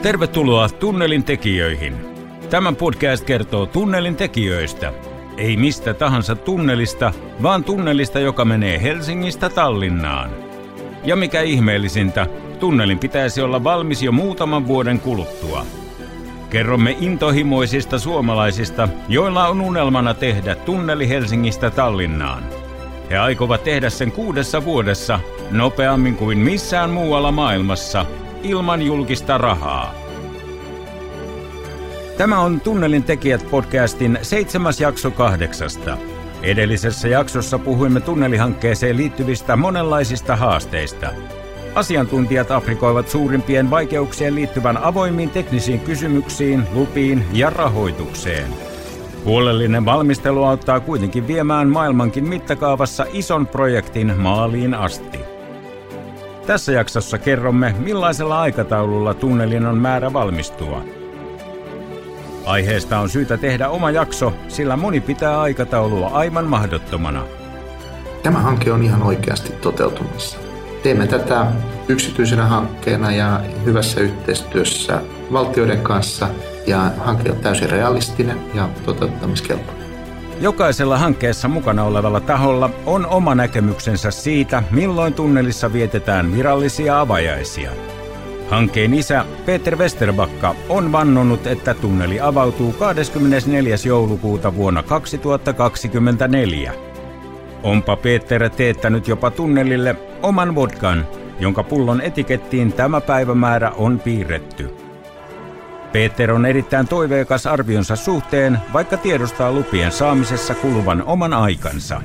Tervetuloa Tunnelin tekijöihin. Tämä podcast kertoo tunnelin tekijöistä. Ei mistä tahansa tunnelista, vaan tunnelista, joka menee Helsingistä Tallinnaan. Ja mikä ihmeellisintä, tunnelin pitäisi olla valmis jo muutaman vuoden kuluttua. Kerromme intohimoisista suomalaisista, joilla on unelmana tehdä tunneli Helsingistä Tallinnaan. He aikovat tehdä sen 6 vuodessa, nopeammin kuin missään muualla maailmassa, ilman julkista rahaa. Tämä on Tunnelin tekijät podcastin 7. jakso 8. Edellisessä jaksossa puhuimme tunnelihankkeeseen liittyvistä monenlaisista haasteista. Asiantuntijat aprikoivat suurimpien vaikeuksien liittyvän avoimiin teknisiin kysymyksiin, lupiin ja rahoitukseen. Huolellinen valmistelu auttaa kuitenkin viemään maailmankin mittakaavassa ison projektin maaliin asti. Tässä jaksossa kerromme, millaisella aikataululla tunnelin on määrä valmistua. Aiheesta on syytä tehdä oma jakso, sillä moni pitää aikataulua aivan mahdottomana. Tämä hanke on ihan oikeasti toteutumassa. Teemme tätä yksityisenä hankkeena ja hyvässä yhteistyössä valtioiden kanssa, ja hanke on täysin realistinen ja toteuttamiskelpoinen. Jokaisella hankkeessa mukana olevalla taholla on oma näkemyksensä siitä, milloin tunnelissa vietetään virallisia avajaisia. Hankkeen isä Peter Westerbacka on vannonut, että tunneli avautuu 24. joulukuuta vuonna 2024. Onpa Peter teettänyt jopa tunnelille oman vodkan, jonka pullon etikettiin tämä päivämäärä on piirretty. Peter on erittäin toiveikas arvionsa suhteen, vaikka tiedostaa lupien saamisessa kuluvan oman aikansa.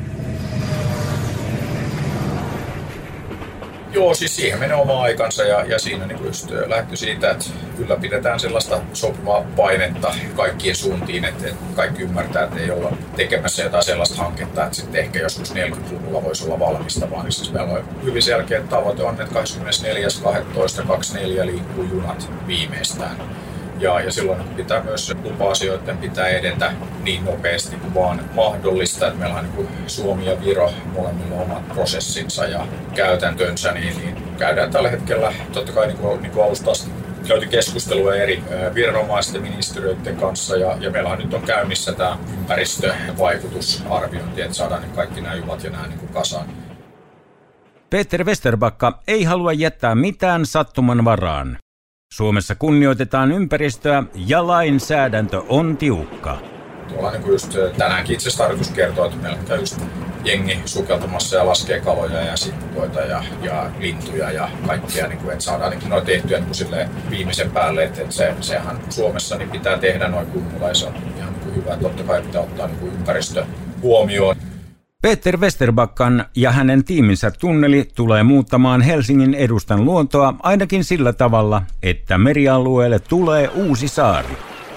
Joo, siis siihen menee oma aikansa ja siinä niin just lähtee siitä, että ylläpidetään sellaista sopivaa painetta kaikkien suuntiin, että kaikki ymmärtää, että ei olla tekemässä jotain sellaista hanketta, että sitten ehkä joskus 40-luvulla voisi olla valmista, vaan siis meillä on hyvin selkeä tavoite on, että 24.12.24 liikkuu junat viimeistään. Ja silloin pitää myös lupa-asioiden pitää edetä niin nopeasti kuin vaan mahdollista. Että meillä on niin Suomi ja Viro molemmilla omat prosessinsa ja käytäntönsä, niin käydään tällä hetkellä totta kai niin kuin alusta asti käyty keskustelua eri viranomaisten ministeriöiden kanssa ja meillähän nyt on käynnissä tämä ympäristövaikutusarviointi, että saadaan niin kaikki nämä juvat ja nämä niin kasaan. Peter Westerbacka ei halua jättää mitään sattuman varaan. Suomessa kunnioitetaan ympäristöä ja lainsäädäntö on tiukka. Tuolla niin just tänäänkin itse asiassa tarkoitus kertoa, että meillä käy just jengi sukeltamassa ja laskee kaloja ja sippukoita ja lintuja ja kaikkea, niin kuin, että saadaan niin noin tehtyä niin viimeisen päälle, että sehän Suomessa niin pitää tehdä noin kunnolla ja se on ihan niin hyvä, että totta kai pitää ottaa niin ympäristö huomioon. Peter Westerbackan ja hänen tiiminsä tunneli tulee muuttamaan Helsingin edustan luontoa ainakin sillä tavalla, että merialueelle tulee uusi saari.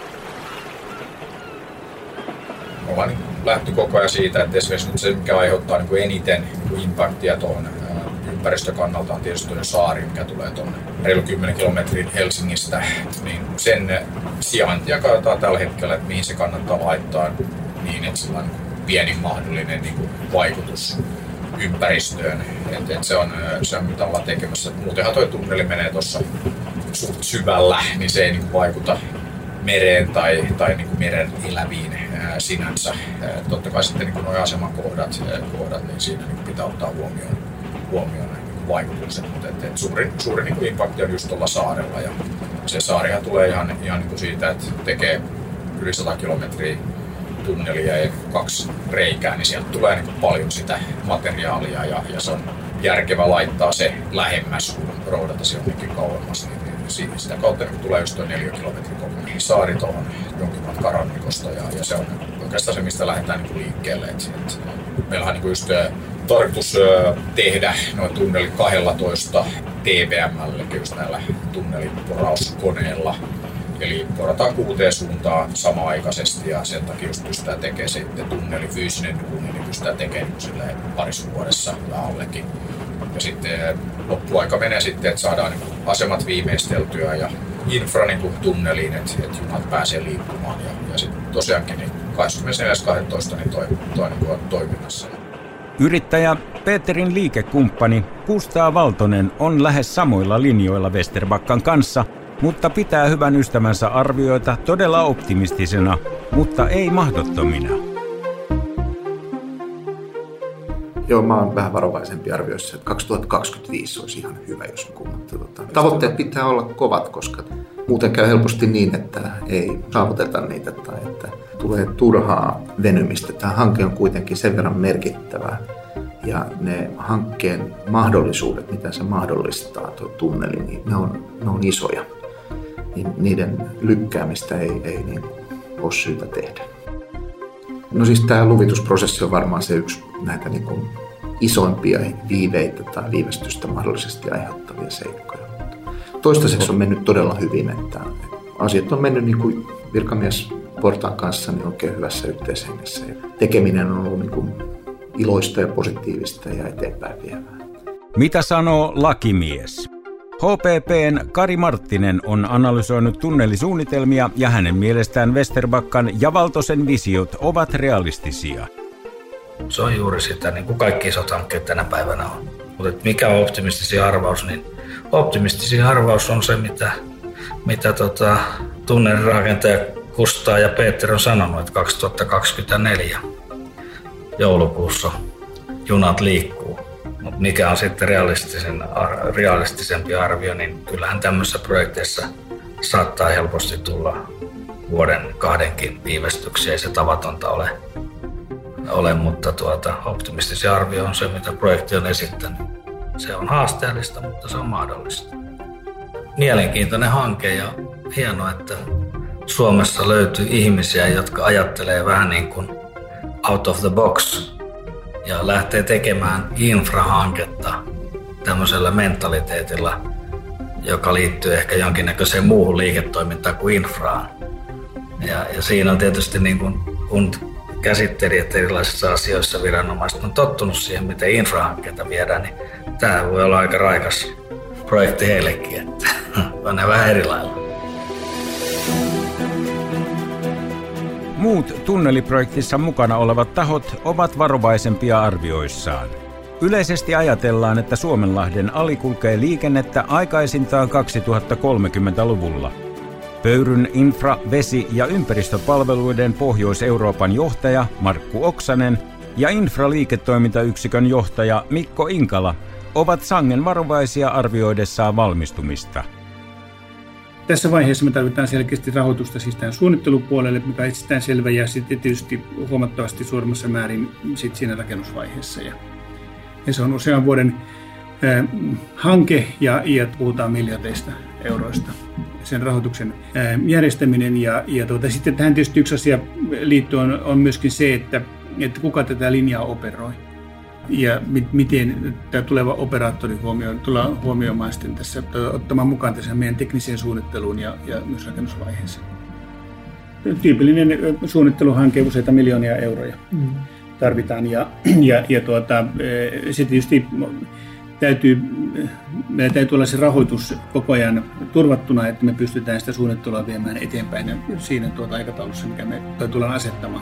Me ollaan lähty koko ajan siitä, että esimerkiksi nyt se, mikä aiheuttaa eniten impaktia tuohon ympäristökannalta on tietysti tuonne saari, mikä tulee tuonne reilu 10 kilometrin Helsingistä, niin sen sijaintia katsotaan tällä hetkellä, että mihin se kannattaa laittaa niin, että sillä on pienin mahdollinen vaikutus ympäristöön. Se on mitä ollaan tekemässä. Muutenhan tuo tunneli menee tuossa suht syvällä, niin se ei vaikuta mereen tai meren eläviin sinänsä. Totta kai sitten nuo asemakohdat, niin siinä pitää ottaa huomioon vaikutukset, mutta suurin impakti on just tuolla saarella. Ja se saarihan tulee ihan siitä, että tekee yli 100 kilometriä tunnelia ja 2 reikää, niin sieltä tulee paljon sitä materiaalia ja se on järkevä laittaa se lähemmäs, kun roudata se jonnekin kauemmas. Niin sitä kautta tulee just tuo 4 kilometrin kokoinen saari tuohon jonkin matkan rannikosta ja se on oikeastaan se, mistä lähdetään liikkeelle. Meillähän on just tarkoitus tehdä noin tunnelit 12 TVM:lle, just näillä tunneliporauskoneilla. Eli porataan 6 suuntaan samaaikaisesti ja sen takia just pystytään tekemään sitten tunneli fyysinen duuni, niin pystytään tekemään parissa vuodessa ja allekin. Ja sitten loppuaika menee sitten, että saadaan asemat viimeisteltyä ja infra tunneliin, että junat pääsee liikkumaan. Ja sitten tosiaankin 24.12. toi on toiminnassa. Yrittäjä Peterin liikekumppani Kustaa Valtonen on lähes samoilla linjoilla Westerbackan kanssa mutta pitää hyvän ystävänsä arvioita todella optimistisena, mutta ei mahdottomina. Joo, mä oon vähän varovaisempi arvioissa, että 2025 olisi ihan hyvä, jos tavoitteet pitää olla kovat, koska muuten käy helposti niin, että ei saavuteta niitä tai että tulee turhaa venymistä. Tämä hanke on kuitenkin sen verran merkittävä ja ne hankkeen mahdollisuudet, mitä se mahdollistaa, tuo tunneli, niin ne on isoja. Niiden lykkäämistä ei niin ole syytä tehdä. No siis tämä luvitusprosessi on varmaan se yksi näitä niin kuin isoimpia viiveitä tai viivästystä mahdollisesti aiheuttavia seikkoja. Toistaiseksi on mennyt todella hyvin, että asiat on mennyt niin kuin virkamiesportaan kanssa niin oikein hyvässä yhteishengessä. Tekeminen on ollut niin kuin iloista ja positiivista ja eteenpäin vievää. Mitä sanoo lakimies? HPP:n Kari Marttinen on analysoinut tunnelisuunnitelmia ja hänen mielestään Vesterbackan ja Valtosen visiot ovat realistisia. Se on juuri sitä, niin kuin kaikki isot hankkeet tänä päivänä on. Mutta mikä on optimistisin arvaus, niin optimistisin arvaus on se, mitä tunnelirakentaja Kustaa ja Peter on sanonut, että 2024 joulukuussa junat liikkuu. Mutta mikä on sitten realistisempi arvio, niin kyllähän tämmöisissä projekteissa saattaa helposti tulla vuoden 2 viivästyksiä, ei se tavatonta ole, mutta optimistisin arvio on se, mitä projekti on esittänyt. Se on haasteellista, mutta se on mahdollista. Mielenkiintoinen hanke ja hienoa, että Suomessa löytyy ihmisiä, jotka ajattelee vähän niin kuin out of the box ja lähtee tekemään infrahanketta tämmöisellä mentaliteetilla, joka liittyy ehkä jonkinnäköiseen muuhun liiketoimintaan kuin infraan. Ja siinä on tietysti niin kun käsittelijät erilaisissa asioissa viranomaiset on tottunut siihen, miten infrahankkeita viedään, niin tämä voi olla aika raikas projekti heillekin, että on ne vähän eri lailla. Muut tunneliprojektissa mukana olevat tahot ovat varovaisempia arvioissaan. Yleisesti ajatellaan, että Suomenlahden ali kulkee liikennettä aikaisintaan 2030-luvulla. Pöyryn infra-, vesi- ja ympäristöpalveluiden Pohjois-Euroopan johtaja Markku Oksanen ja infraliiketoimintayksikön johtaja Mikko Inkala ovat sangen varovaisia arvioidessaan valmistumista. Tässä vaiheessa me tarvitaan selkeästi rahoitusta siis tähän suunnittelupuolelle, mikä on itsestään selvä, ja sitten tietysti huomattavasti suuremmassa määrin sit siinä rakennusvaiheessa. Ja se on usean vuoden hanke ja puhutaan miljardeista euroista sen rahoituksen järjestäminen. Ja sitten tähän tietysti yksi asia liittyen on myöskin se, että kuka tätä linjaa operoi. Ja miten tämä tuleva operaattori tullaan huomioimaan sitten tässä, ottamaan mukaan tässä meidän tekniseen suunnitteluun ja myös rakennusvaiheeseen. Tyypillinen suunnitteluhanke, useita miljoonia euroja tarvitaan. Se tietysti meillä täytyy olla se rahoitus koko ajan turvattuna, että me pystytään sitä suunnittelua viemään eteenpäin siinä aikataulussa, mikä me tullaan asettamaan.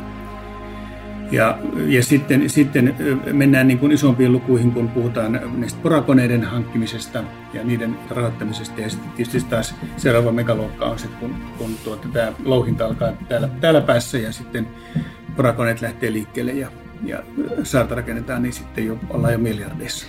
Ja sitten mennään niin kuin isompiin lukuihin, kun puhutaan näistä porakoneiden hankkimisesta ja niiden rahoittamisesta. Ja sitten tietysti taas seuraava megaluokka on se, kun tämä louhinta alkaa täällä päässä ja sitten porakoneet lähtee liikkeelle ja saarta rakennetaan, niin sitten ollaan jo miljardeissa.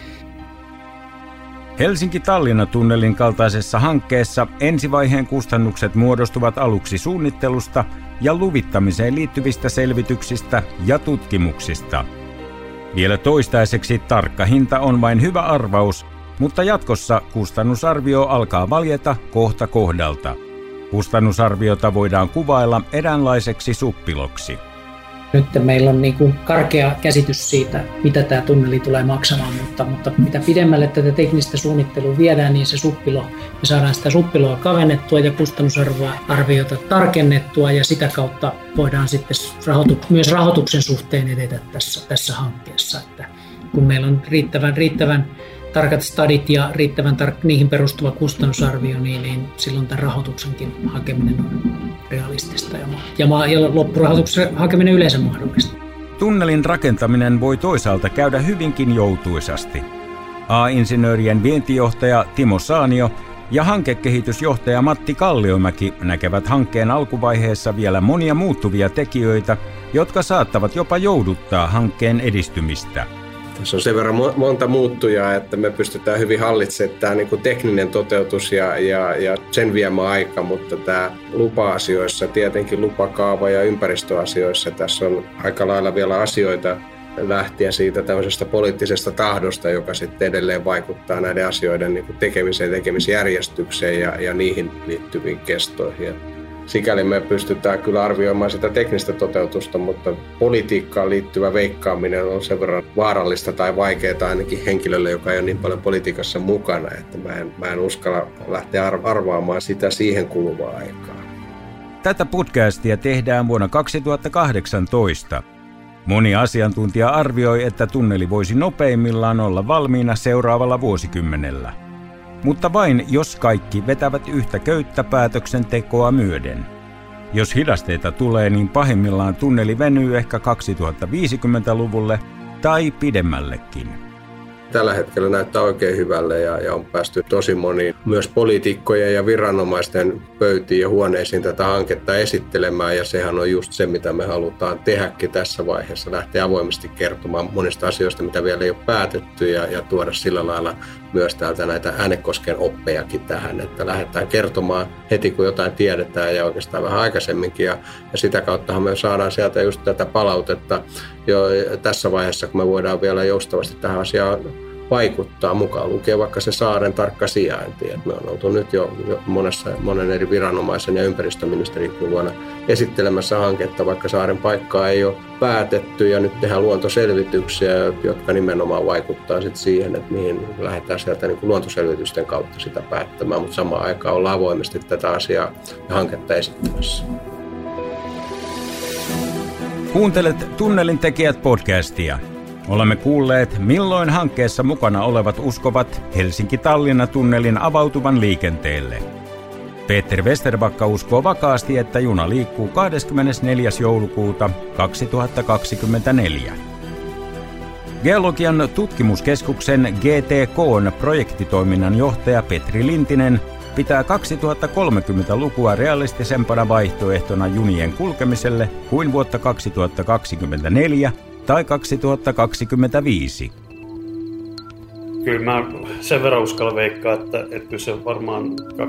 Helsinki-Tallinna-tunnelin kaltaisessa hankkeessa ensivaiheen kustannukset muodostuvat aluksi suunnittelusta ja luvittamiseen liittyvistä selvityksistä ja tutkimuksista. Vielä toistaiseksi tarkka hinta on vain hyvä arvaus, mutta jatkossa kustannusarvio alkaa valjeta kohta kohdalta. Kustannusarviota voidaan kuvailla eräänlaiseksi suppiloksi. Nyt meillä on niin kuin karkea käsitys siitä, mitä tämä tunneli tulee maksamaan, mutta mitä pidemmälle tätä teknistä suunnittelua viedään, niin me saadaan sitä suppiloa kavennettua ja kustannusarviota tarkennettua, ja sitä kautta voidaan sitten myös rahoituksen suhteen edetä tässä hankkeessa. Että kun meillä on riittävän tarkat stadit ja riittävän niihin perustuva kustannusarvio, niin silloin tämän rahoituksenkin hakeminen on realistista ja loppurahoituksen hakeminen yleensä mahdollista. Tunnelin rakentaminen voi toisaalta käydä hyvinkin joutuisasti. A-insinöörien vientijohtaja Timo Saanio ja hankekehitysjohtaja Matti Kalliomäki näkevät hankkeen alkuvaiheessa vielä monia muuttuvia tekijöitä, jotka saattavat jopa jouduttaa hankkeen edistymistä. Tässä on sen verran monta muuttujaa, että me pystytään hyvin hallitsemaan tämä niin kuin tekninen toteutus ja sen viemä aika, mutta tämä lupa-asioissa, tietenkin lupakaava- ja ympäristöasioissa, tässä on aika lailla vielä asioita lähtien siitä tämmöisestä poliittisesta tahdosta, joka sitten edelleen vaikuttaa näiden asioiden niin kuin tekemiseen, tekemisjärjestykseen ja niihin liittyviin kestoihin. Sikäli me pystytään kyllä arvioimaan sitä teknistä toteutusta, mutta politiikkaan liittyvä veikkaaminen on sen verran vaarallista tai vaikeaa ainakin henkilölle, joka ei ole niin paljon politiikassa mukana, että mä en uskalla lähteä arvaamaan sitä siihen kuluvaa aikaa. Tätä podcastia tehdään vuonna 2018. Moni asiantuntija arvioi, että tunneli voisi nopeimmillaan olla valmiina seuraavalla vuosikymmenellä. Mutta vain jos kaikki vetävät yhtä köyttä päätöksentekoa myöden. Jos hidasteita tulee, niin pahimmillaan tunneli venyy ehkä 2050-luvulle tai pidemmällekin. Tällä hetkellä näyttää oikein hyvälle ja on päästy tosi moniin myös poliitikkojen ja viranomaisten pöytiin ja huoneisiin tätä hanketta esittelemään. Ja sehän on just se, mitä me halutaan tehdäkin tässä vaiheessa, lähteä avoimesti kertomaan monista asioista, mitä vielä ei ole päätetty ja tuoda sillä lailla myös täältä näitä Äänekosken oppejakin tähän, että lähdetään kertomaan heti, kun jotain tiedetään ja oikeastaan vähän aikaisemminkin. Ja sitä kauttahan me saadaan sieltä just tätä palautetta jo tässä vaiheessa, kun me voidaan vielä joustavasti tähän asiaan vaikuttaa, mukaan lukee vaikka se saaren tarkka sijainti. Et me on oltu nyt jo monen eri viranomaisen ja ympäristöministerin luona esittelemässä hanketta, vaikka saaren paikkaa ei ole päätetty ja nyt tehdään luontoselvityksiä, jotka nimenomaan vaikuttaa sit siihen, että mihin lähdetään sieltä niin kuin luontoselvitysten kautta sitä päättämään, mutta samaan aikaan ollaan avoimesti tätä asiaa ja hanketta esittämässä. Kuuntelet Tunnelin tekijät podcastia. Olemme kuulleet, milloin hankkeessa mukana olevat uskovat Helsinki-Tallinna-tunnelin avautuvan liikenteelle. Peter Vesterbacka uskoo vakaasti, että juna liikkuu 24. joulukuuta 2024. Geologian tutkimuskeskuksen GTK:n projektitoiminnan johtaja Petri Lintinen pitää 2030-lukua realistisempana vaihtoehtona junien kulkemiselle kuin vuotta 2024 tai 2025. Kyllä mä sen verran uskallan veikkaa, että kyllä se varmaan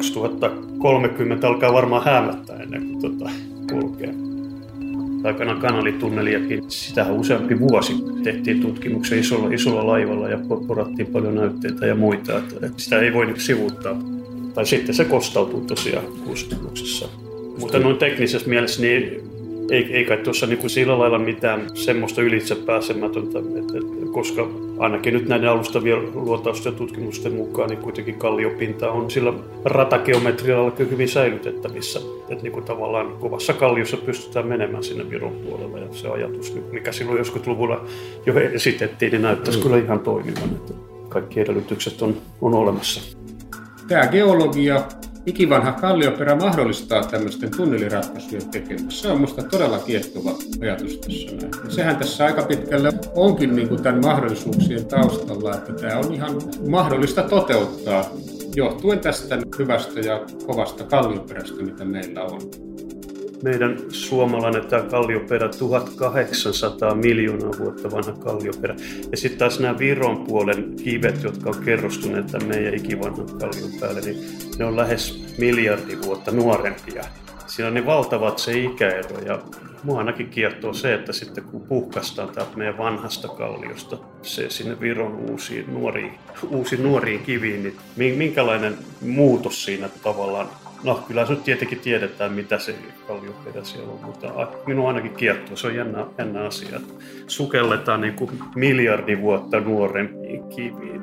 2030 alkaa varmaan häämättää ennen kuin kulkee. Aikanaan kanalitunneliakin, sitähän useampi vuosi tehtiin tutkimuksia isolla laivalla ja porattiin paljon näytteitä ja muita, että sitä ei voi sivuuttaa. Tai sitten se kostautuu tosiaan kustannuksessa. Mutta noin teknisessä mielessä niin ei kai tuossa niin sillä lailla mitään semmoista ylitsepääsemätöntä, koska ainakin nyt näiden alustavien luotausten ja tutkimusten mukaan niin kuitenkin kalliopinta on sillä ratageometrialla hyvin säilytettävissä. Että niin kuin tavallaan kovassa kalliossa pystytään menemään sinne Viron puolella ja se ajatus, mikä silloin joskus luvulla jo esitettiin, niin näyttäisi kyllä ihan toimivan, että kaikki edellytykset on olemassa. Tämä geologia, ikivanha kallioperä mahdollistaa tämmöisten tunneliratkaisujen tekemistä. Se on minusta todella kiehtova ajatus tässä näin. Ja sehän tässä aika pitkälle onkin niin kuin tämän mahdollisuuksien taustalla, että tämä on ihan mahdollista toteuttaa johtuen tästä hyvästä ja kovasta kallioperästä, mitä meillä on. Meidän suomalainen tämä kallioperä, 1800 miljoonaa vuotta vanha kallioperä. Ja sitten taas nämä Viron puolen kivet, jotka on kerrostuneet tämän meidän ikivanhan kallion päälle, niin ne on lähes miljardi vuotta nuorempia. Siinä on niin valtavat se ikäero ja mua ainakin kiehtoo se, että sitten kun puhkaistaan täältä meidän vanhasta kalliosta se sinne Viron uusiin nuoriin kiviin, niin minkälainen muutos siinä tavallaan. No kyllä se nyt tietenkin tiedetään, mitä se kallioperä siellä on, mutta minua ainakin kiehtoo. Se on jännä asia, että sukelletaan niin kuin miljardi vuotta nuorempiin kiviin.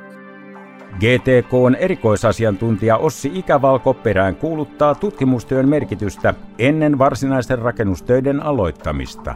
GTK:n erikoisasiantuntija Ossi Ikävalko perään kuuluttaa tutkimustyön merkitystä ennen varsinaisten rakennustöiden aloittamista.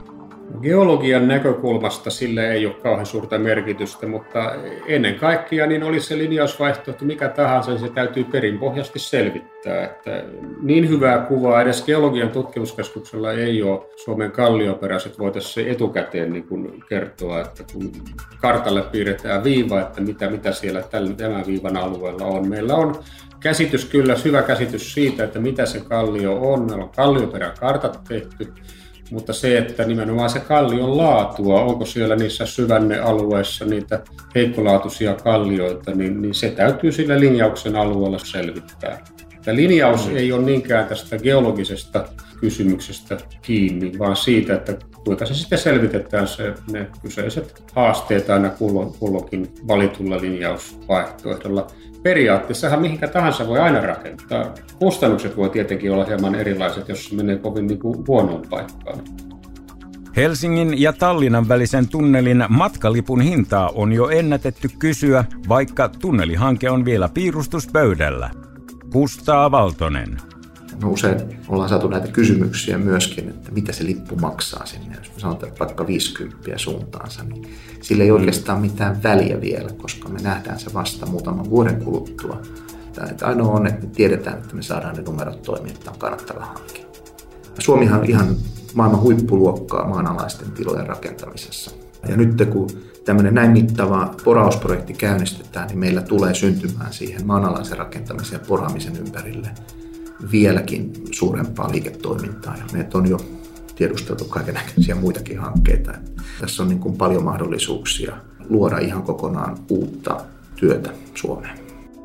Geologian näkökulmasta sille ei ole kauhean suurta merkitystä, mutta ennen kaikkea niin olisi se linjausvaihtoehto mikä tahansa, se täytyy perinpohjaisesti selvittää. Että niin hyvää kuvaa edes Geologian tutkimuskeskuksella ei ole Suomen kallioperäiset voitaisiin etukäteen niin kuin kertoa, että kun kartalle piirretään viiva, että mitä siellä tämän viivan alueella on. Meillä on käsitys kyllä, hyvä käsitys siitä, että mitä se kallio on. Meillä on kallioperäkartat tehty. Mutta se, että nimenomaan se kallion laatua, onko siellä niissä syvännealueissa niitä heikkolaatuisia kallioita, niin se täytyy sillä linjauksen alueella selvittää. Tämä linjaus ei ole niinkään tästä geologisesta kysymyksestä kiinni, vaan siitä, että kuinka se sitten selvitetään ne kyseiset haasteet aina kulloinkin valitulla linjausvaihtoehdolla. Periaatteessahan mihinkä tahansa voi aina rakentaa. Kustannukset voi tietenkin olla hieman erilaiset, jos se menee kovin huonoon paikkaan. Helsingin ja Tallinnan välisen tunnelin matkalipun hintaa on jo ennätetty kysyä, vaikka tunnelihanke on vielä piirustuspöydällä. Kustaa Valtonen. No usein ollaan saatu näitä kysymyksiä myöskin, että mitä se lippu maksaa sinne. Jos me sanotaan vaikka 50 suuntaansa, niin sillä ei oikeastaan mitään väliä vielä, koska me nähdään se vasta muutaman vuoden kuluttua. Ainoa on, että me tiedetään, että me saadaan ne numerot toimia, että on kannattava hanke. Suomihan on ihan maailman huippuluokkaa maanalaisten tilojen rakentamisessa. Ja nyt kun tämmöinen näin mittava porausprojekti käynnistetään, niin meillä tulee syntymään siihen maanalaisen rakentamisen ja poraamisen ympärille vieläkin suurempaa liiketoimintaa. Ja meitä on jo tiedusteltu kaikennäköisiä muitakin hankkeita. Tässä on niin kuin paljon mahdollisuuksia luoda ihan kokonaan uutta työtä Suomeen.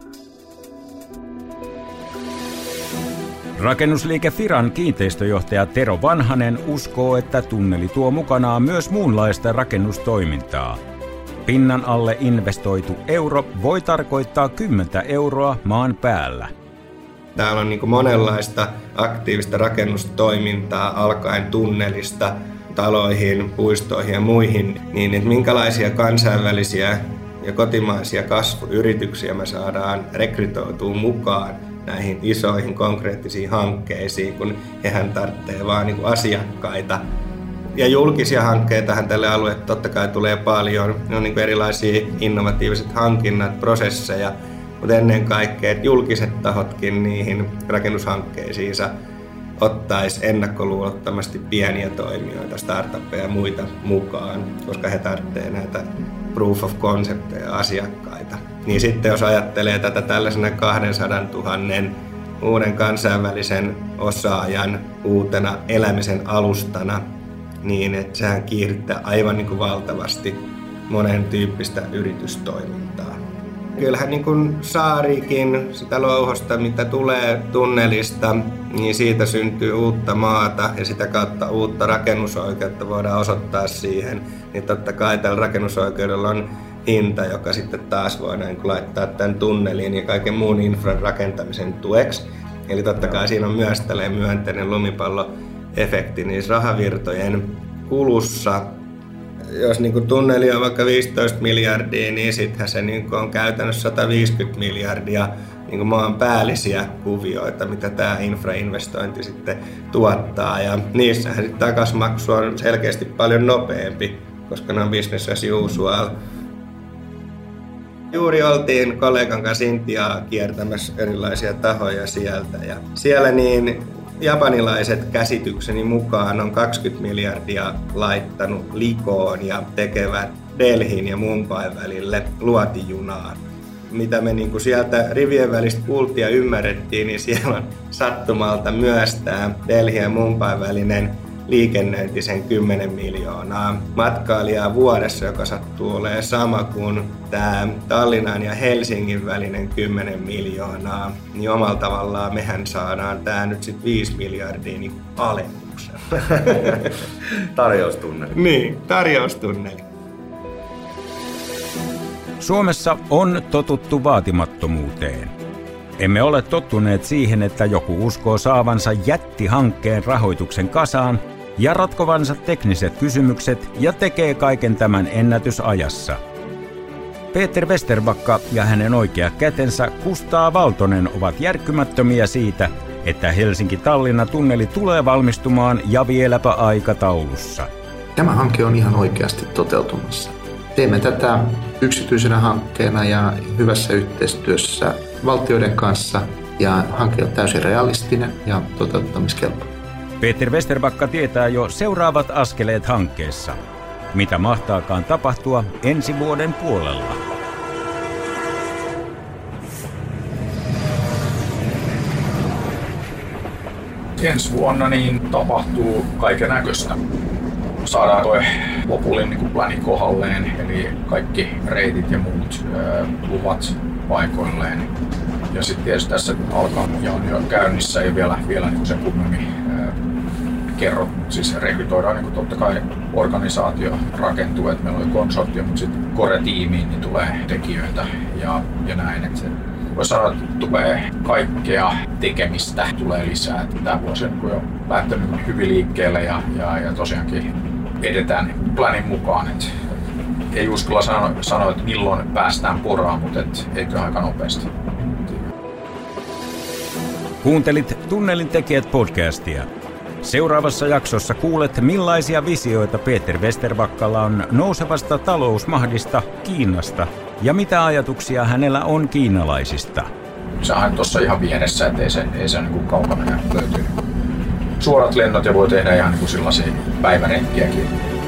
Rakennusliike Firan kiinteistöjohtaja Tero Vanhanen uskoo, että tunneli tuo mukanaan myös muunlaista rakennustoimintaa. Pinnan alle investoitu euro voi tarkoittaa 10 euroa maan päällä. Täällä on niin kuin monenlaista aktiivista rakennustoimintaa alkaen tunnelista taloihin, puistoihin ja muihin, niin että minkälaisia kansainvälisiä ja kotimaisia kasvuyrityksiä me saadaan rekrytoitua mukaan näihin isoihin konkreettisiin hankkeisiin, kun hehän tarvitsee vaan niin kuin asiakkaita. Ja julkisia hankkeitahan tälle alueelle totta kai tulee paljon. Ne on niin kuin erilaisia innovatiiviset hankinnat, prosesseja, mutta ennen kaikkea, että julkiset tahotkin niihin rakennushankkeisiinsa ottaisi ennakkoluulottomasti pieniä toimijoita, startuppeja ja muita mukaan, koska he tarvitsevat näitä proof of concepteja asiakkaita. Niin sitten jos ajattelee tätä tällaisena 200 000 uuden kansainvälisen osaajan uutena elämisen alustana, niin että sehän kiihdyttää aivan niin kuin valtavasti monen tyyppistä yritystoimintaa. Kyllähän niin kuin Saarikin, sitä louhosta, mitä tulee tunnelista, niin siitä syntyy uutta maata ja sitä kautta uutta rakennusoikeutta voidaan osoittaa siihen. Niin totta kai tällä rakennusoikeudella on hinta, joka sitten taas voidaan laittaa tämän tunnelin ja kaiken muun infran rakentamisen tueksi. Eli totta kai siinä on myös tällainen myönteinen lumipalloefekti niissä rahavirtojen kulussa. Jos niin tunneli on vaikka 15 miljardia, niin sittenhän se niin on käytännössä 150 miljardia niin maan päällisiä kuvioita, mitä tämä infrainvestointi sitten tuottaa. Ja niissähän sitten takasmaksu on selkeästi paljon nopeampi, koska ne on business as usual. Juuri oltiin kollegan kanssa Intiaa kiertämässä erilaisia tahoja sieltä. Ja siellä niin japanilaiset käsitykseni mukaan on 20 miljardia laittanut likoon ja tekevät Delhin ja Mumbain välille luotijunaa. Mitä me niin kuin sieltä rivien välistä kuultiin ja ymmärrettiin, niin siellä on sattumalta myös tämä Delhi ja Mumbain välinen liikennöinti sen 10 miljoonaa matkailijaa vuodessa, joka sattuu olemaan sama kuin tämä Tallinnan ja Helsingin välinen 10 miljoonaa. Niin omalla tavallaan mehän saadaan tämä nyt sitten 5 miljardia niin alennuksella. Tarjoustunneli. Niin, tarjoustunneli. Suomessa on totuttu vaatimattomuuteen. Emme ole tottuneet siihen, että joku uskoo saavansa jättihankkeen rahoituksen kasaan ja ratkovansa tekniset kysymykset ja tekee kaiken tämän ennätysajassa. Peter Vesterbacka ja hänen oikea kätensä Kustaa Valtonen ovat järkkymättömiä siitä, että Helsinki-Tallinna-tunneli tulee valmistumaan ja vieläpä aikataulussa. Tämä hanke on ihan oikeasti toteutumassa. Teemme tätä yksityisenä hankkeena ja hyvässä yhteistyössä valtioiden kanssa, ja hanke on täysin realistinen ja toteuttamiskelpoinen. Peter Vesterbacka tietää jo seuraavat askeleet hankkeessa. Mitä mahtaakaan tapahtua ensi vuoden puolella? Ensi vuonna niin tapahtuu kaiken näköistä. Saadaan tuo lopullinen niin plani kohdalleen, eli kaikki reitit ja muut luvat paikoilleen. Ja sitten tietysti tässä alkaa ja on jo käynnissä, ei vielä niin sen kummemmin kerro, mutta siis rekrytoidaan niin totta kai organisaatio rakentuu, että meillä oli konsortio, mutta sitten core-tiimiin niin tulee tekijöitä ja näin. Että voi sanoa, että tulee kaikkea tekemistä, tulee lisää. Tämä vuosi on jo lähtenyt hyvin liikkeelle ja tosiaankin edetään planin mukaan. Että ei uskalla sanoa, että milloin päästään poraan, mutta eikö aika nopeasti. Kuuntelit Tunnelin tekijät podcastia. Seuraavassa jaksossa kuulet, millaisia visioita Peter Vesterbackalla on nousevasta talousmahdista Kiinasta ja mitä ajatuksia hänellä on kiinalaisista. Sehän on tuossa ihan vieressä, että ei se niin kaukana löytyy suorat lennot ja voi tehdä ihan niin sellaisia päiväretkiäkin.